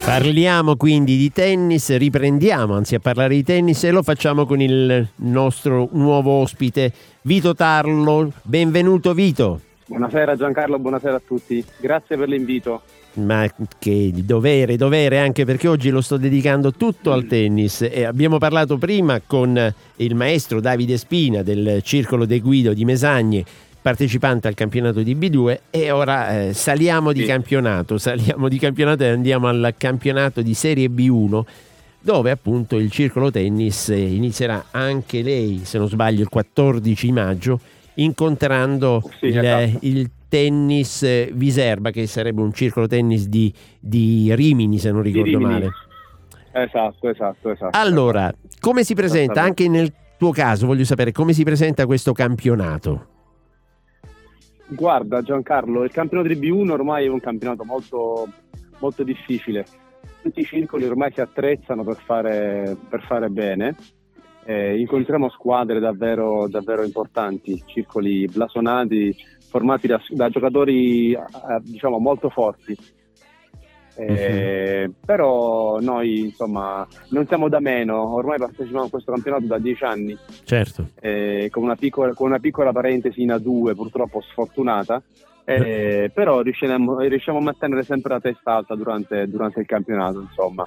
Parliamo quindi di tennis, riprendiamo anzi a parlare di tennis e lo facciamo con il nostro nuovo ospite Vito Tarlo. Benvenuto Vito. Buonasera Giancarlo, buonasera a tutti, grazie per l'invito. Ma che dovere, anche perché oggi lo sto dedicando tutto al tennis e abbiamo parlato prima con il maestro Davide Spina del Circolo De Guido di Mesagne, partecipante al campionato di B2, e ora saliamo di campionato e andiamo al campionato di Serie B1, dove appunto il Circolo Tennis inizierà anche lei, se non sbaglio, il 14 maggio, incontrando il Tennis Viserba, che sarebbe un circolo tennis di Rimini, se non ricordo male. Esatto. Allora, come si presenta, anche nel tuo caso voglio sapere come si presenta questo campionato? Guarda Giancarlo, il campionato di B1 ormai è un campionato molto, molto difficile. Tutti i circoli ormai si attrezzano per fare bene. Incontriamo squadre davvero importanti, circoli blasonati, formati da giocatori diciamo molto forti. Però noi insomma non siamo da meno, ormai partecipiamo a questo campionato da 10 anni. Certo. Con una piccola parentesi in A2 purtroppo sfortunata, però riusciamo a mantenere sempre la testa alta durante il campionato, insomma.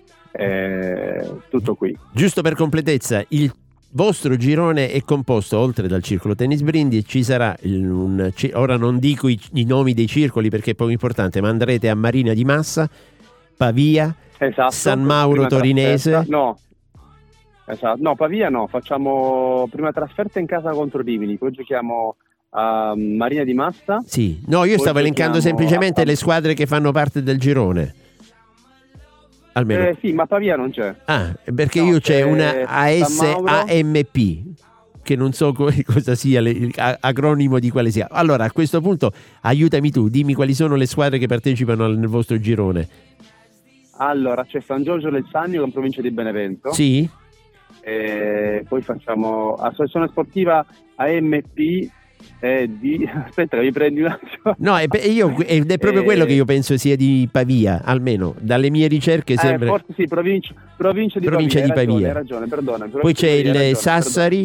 Tutto qui. Giusto per completezza, il vostro girone è composto, oltre dal Circolo Tennis Brindisi, ci sarà ora non dico i nomi dei circoli perché è poco importante, ma andrete a Marina di Massa, Pavia, San Mauro Torinese. No, Pavia no, facciamo prima trasferta in casa contro Rimini, poi giochiamo a Marina di Massa. Sì, no, io stavo elencando semplicemente le squadre che fanno parte del girone. Almeno. Sì, ma Pavia non c'è. Perché io c'è una ASAMP, che non so cosa sia, acronimo di quale sia. Allora, a questo punto aiutami tu, dimmi quali sono le squadre che partecipano nel vostro girone. Allora, c'è San Giorgio del Sannio, in provincia di Benevento. Sì. Poi facciamo Associazione Sportiva AMP aspetta che mi prendi un attimo. No, ed è proprio quello che io penso sia di Pavia, almeno dalle mie ricerche sembra. Forse sì, provincia di Pavia. Hai ragione, perdona. Poi c'è il Sassari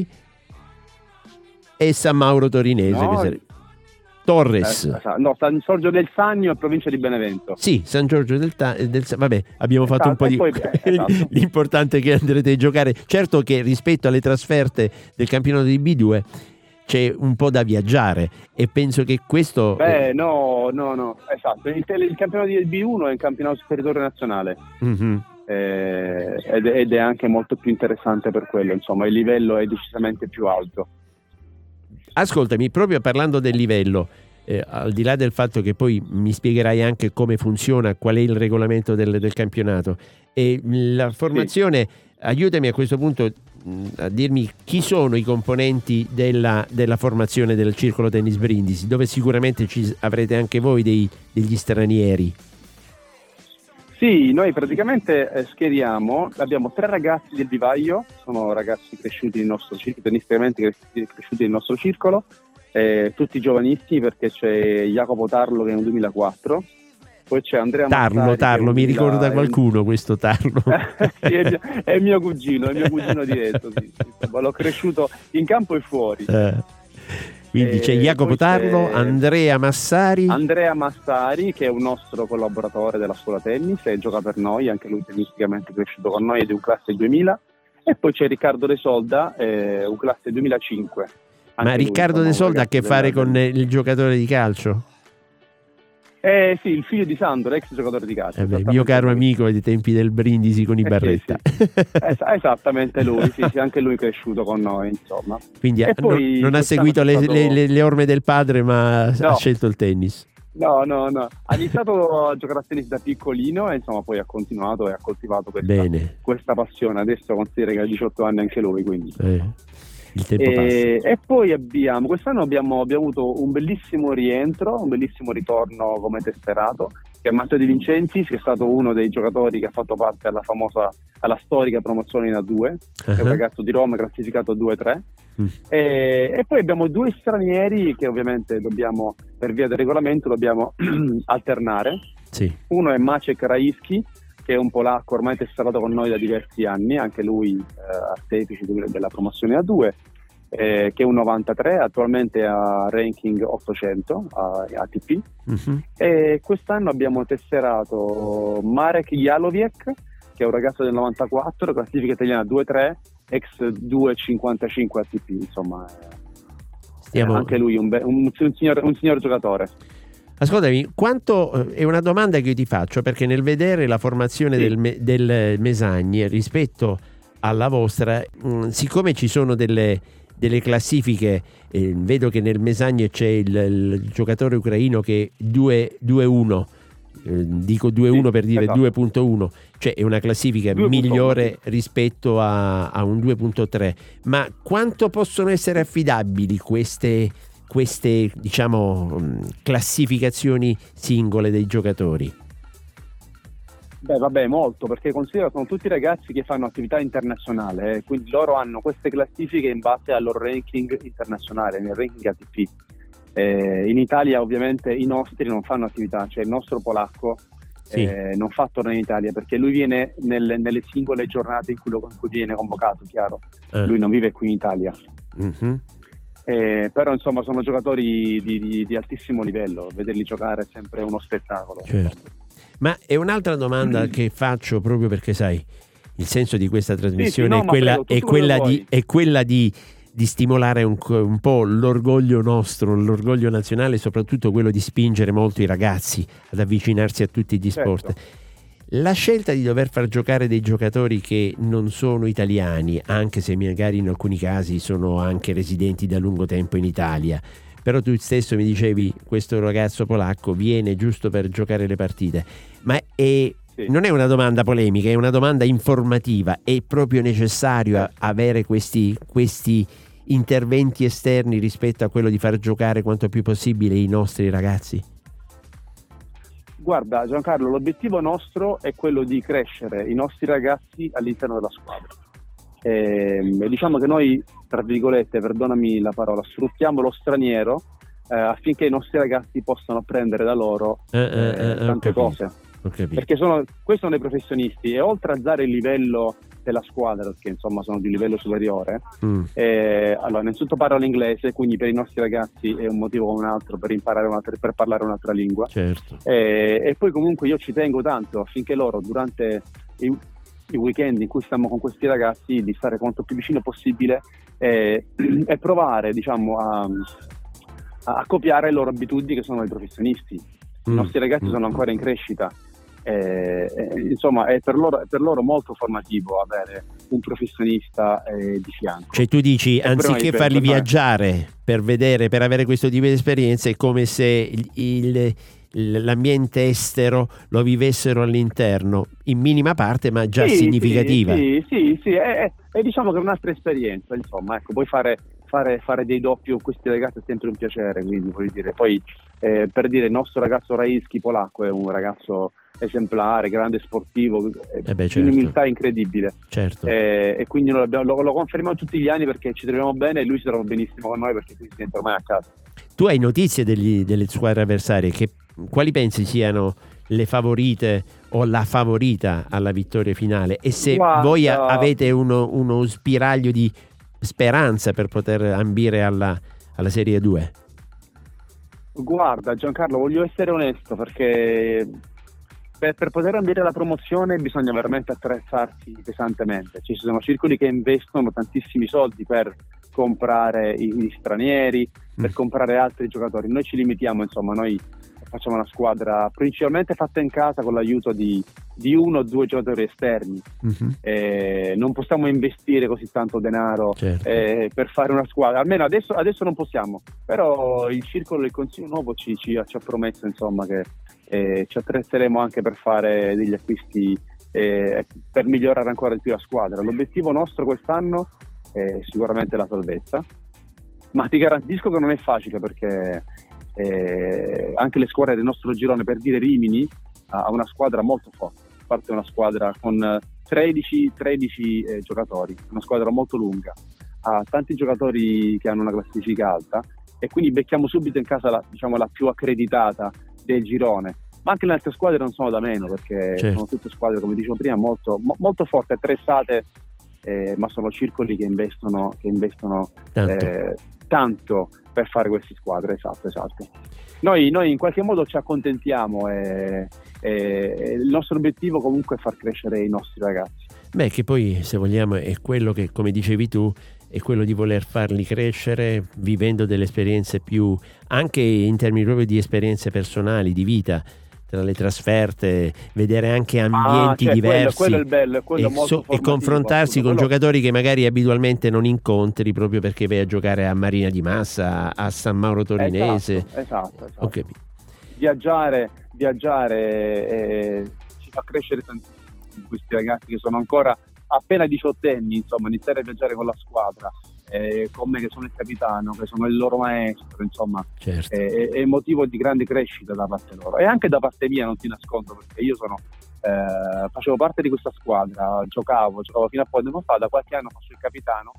e San Mauro Torinese. Torres. No, San Giorgio del Sannio, provincia di Benevento. Sì, San Giorgio del vabbè, abbiamo fatto un po' di l'importante è che andrete a giocare. Certo che rispetto alle trasferte del campionato di B2 c'è un po' da viaggiare e penso che questo no, esatto, il campionato del B1 è un campionato su territorio nazionale. Ed è anche molto più interessante per quello, insomma il livello è decisamente più alto. Ascoltami, proprio parlando del livello, al di là del fatto che poi mi spiegherai anche come funziona, qual è il regolamento del campionato e la formazione, aiutami a questo punto a dirmi chi sono i componenti della formazione del Circolo Tennis Brindisi, dove sicuramente avrete anche voi degli stranieri. Sì, noi praticamente schieriamo, abbiamo 3 ragazzi del vivaio, sono ragazzi cresciuti nel nostro circolo, tennisticamente cresciuti nel nostro circolo, tutti giovanissimi, perché c'è Jacopo Tarlo che è nel 2004, poi c'è Andrea Massari. Tarlo, mi ricordo da qualcuno questo Tarlo. È mio cugino diretto, sì. L'ho cresciuto in campo e fuori. Quindi c'è Jacopo Tarlo, Andrea Massari, che è un nostro collaboratore della scuola tennis e gioca per noi, anche lui tennisticamente cresciuto con noi, è di un classe 2000, e poi c'è Riccardo De Solda, un classe 2005. Ma Riccardo De Solda ha a che fare con il giocatore di calcio? Sì, il figlio di Sandro, ex giocatore di calcio. Mio caro amico dei tempi del Brindisi con i Barretta. Sì. Esattamente lui, sì, anche lui è cresciuto con noi, insomma. Quindi non ha seguito le orme del padre, ma ha scelto il tennis. No, ha iniziato a giocare a tennis da piccolino e insomma poi ha continuato e ha coltivato questa passione. Adesso considera che ha 18 anni anche lui, quindi... Il tempo passa. E poi quest'anno abbiamo avuto un bellissimo rientro, un bellissimo ritorno come tesserato, che è Matteo Di Vincenzi, che è stato uno dei giocatori che ha fatto parte alla storica promozione in A2, è un ragazzo di Roma classificato 2-3. E poi abbiamo 2 stranieri che ovviamente per via del regolamento dobbiamo alternare. Sì. Uno è Maciek Raischi, che è un polacco ormai tesserato con noi da diversi anni, anche lui artefice della promozione A2, che è un 93, attualmente a ranking 800 a ATP. E quest'anno abbiamo tesserato Marek Jalowiec, che è un ragazzo del 94, classifica italiana 2-3, ex 2,55 ATP, insomma anche lui un signor giocatore. Ascoltami, quanto è una domanda che io ti faccio, perché nel vedere la formazione del Mesagne rispetto alla vostra, siccome ci sono delle classifiche, vedo che nel Mesagne c'è il giocatore ucraino che è 2-1, dico 2-1 per dire esatto. 2.1, cioè è una classifica 2. migliore rispetto a un 2.3, ma quanto possono essere affidabili queste diciamo classificazioni singole dei giocatori? Vabbè, molto, perché considero sono tutti ragazzi che fanno attività internazionale, quindi loro hanno queste classifiche in base al loro ranking internazionale, nel ranking ATP. In Italia ovviamente i nostri non fanno attività, cioè il nostro polacco non fa torneo in Italia perché lui viene nelle singole giornate in cui viene convocato, chiaro. Lui non vive qui in Italia. Però insomma sono giocatori di altissimo livello, vederli giocare è sempre uno spettacolo. Certo. Ma è un'altra domanda che faccio proprio perché sai, il senso di questa trasmissione è quella di stimolare un po' l'orgoglio nostro, l'orgoglio nazionale e soprattutto quello di spingere molto i ragazzi ad avvicinarsi a tutti gli sport. La scelta di dover far giocare dei giocatori che non sono italiani, anche se magari in alcuni casi sono anche residenti da lungo tempo in Italia, però tu stesso mi dicevi questo ragazzo polacco viene giusto per giocare le partite, ma non è una domanda polemica, è una domanda informativa. È proprio necessario avere questi interventi esterni rispetto a quello di far giocare quanto più possibile i nostri ragazzi? Guarda Giancarlo, l'obiettivo nostro è quello di crescere i nostri ragazzi all'interno della squadra. Diciamo che noi, tra virgolette, perdonami la parola, sfruttiamo lo straniero affinché i nostri ragazzi possano apprendere da loro tante cose. Perché questi sono dei professionisti e oltre a alzare il livello della squadra, che insomma sono di livello superiore, allora innanzitutto parlano l'inglese, quindi per i nostri ragazzi è un motivo come un altro per imparare per parlare un'altra lingua. Certo. E poi comunque io ci tengo tanto affinché loro durante i weekend in cui stiamo con questi ragazzi di stare quanto più vicino possibile e provare diciamo a copiare le loro abitudini che sono i professionisti. I nostri ragazzi sono ancora in crescita. Insomma è per loro molto formativo avere un professionista di fianco. Cioè tu dici anziché farli viaggiare per avere questo tipo di esperienza, è come se l'ambiente estero lo vivessero all'interno in minima parte ma già significativa. Sì, è diciamo che è un'altra esperienza, insomma, ecco, poi fare dei doppi con questi ragazzi è sempre un piacere, quindi voglio dire, poi per dire il nostro ragazzo Raiski polacco è un ragazzo esemplare, grande sportivo, certo. Un'umiltà incredibile, certo. E quindi noi lo confermiamo tutti gli anni perché ci troviamo bene e lui si trova benissimo con noi perché qui si sente ormai a casa. Tu hai notizie delle squadre avversarie, quali pensi siano le favorite o la favorita alla vittoria finale, e se voi avete uno spiraglio di speranza per poter ambire alla Serie 2? Guarda Giancarlo, voglio essere onesto perché per poter ambire alla promozione bisogna veramente attrezzarsi pesantemente. Ci sono circoli che investono tantissimi soldi per comprare gli stranieri, per comprare altri giocatori. Noi ci limitiamo, insomma, noi facciamo una squadra principalmente fatta in casa con l'aiuto di 1 o 2 giocatori esterni. Non possiamo investire così tanto denaro, certo. Per fare una squadra, almeno adesso non possiamo, però il circolo del Consiglio Nuovo ci ha promesso, insomma, che ci attrezzeremo anche per fare degli acquisti per migliorare ancora di più la squadra. L'obiettivo nostro quest'anno è sicuramente la salvezza, ma ti garantisco che non è facile perché anche le squadre del nostro girone, per dire Rimini, ha una squadra molto forte, parte una squadra con 13 giocatori, una squadra molto lunga, ha tanti giocatori che hanno una classifica alta e quindi becchiamo subito in casa la più accreditata del girone, ma anche le altre squadre non sono da meno, perché Certo. sono tutte squadre, come dicevo prima, molto forti, attrezzate, ma sono circoli che investono tanto per fare queste squadre. Esatto. Noi in qualche modo ci accontentiamo, e il nostro obiettivo comunque è far crescere i nostri ragazzi. Beh, che poi, se vogliamo, è quello che, come dicevi tu, è quello di voler farli crescere vivendo delle esperienze più, anche in termini proprio di esperienze personali, di vita, tra le trasferte, vedere anche ambienti diversi, quello è il bello, quello e, molto formativo, e confrontarsi con quello... giocatori che magari abitualmente non incontri, proprio perché vai a giocare a Marina di Massa, a San Mauro Torinese. Esatto. Ho capito. Viaggiare ci fa crescere tantissimo questi ragazzi che sono ancora appena 18enni, insomma, iniziare a viaggiare con la squadra, con me che sono il capitano, che sono il loro maestro, insomma, Certo. è motivo di grande crescita da parte loro, e anche da parte mia, non ti nascondo, perché io facevo parte di questa squadra, giocavo fino a poco tempo fa, da qualche anno faccio il capitano,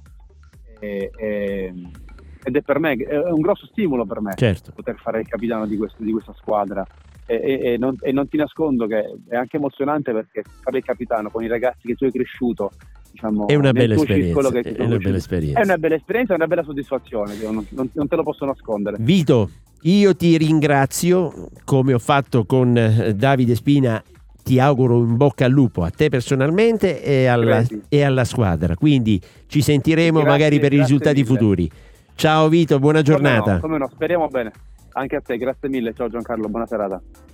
ed è per me è un grosso stimolo per me, Certo. poter fare il capitano di questa squadra, e non ti nascondo che è anche emozionante, perché fare il capitano con i ragazzi che tu hai cresciuto, diciamo, È una bella nel tuo esperienza, circolo, è una bella esperienza. è una bella esperienza, è una bella soddisfazione, che non te lo posso nascondere. Vito, io ti ringrazio, come ho fatto con Davide Spina. Ti auguro in bocca al lupo a te personalmente e alla squadra, quindi ci sentiremo magari per i risultati futuri. Ciao Vito, buona giornata. Come no, speriamo bene. Anche a te, grazie mille, ciao Giancarlo, buona serata.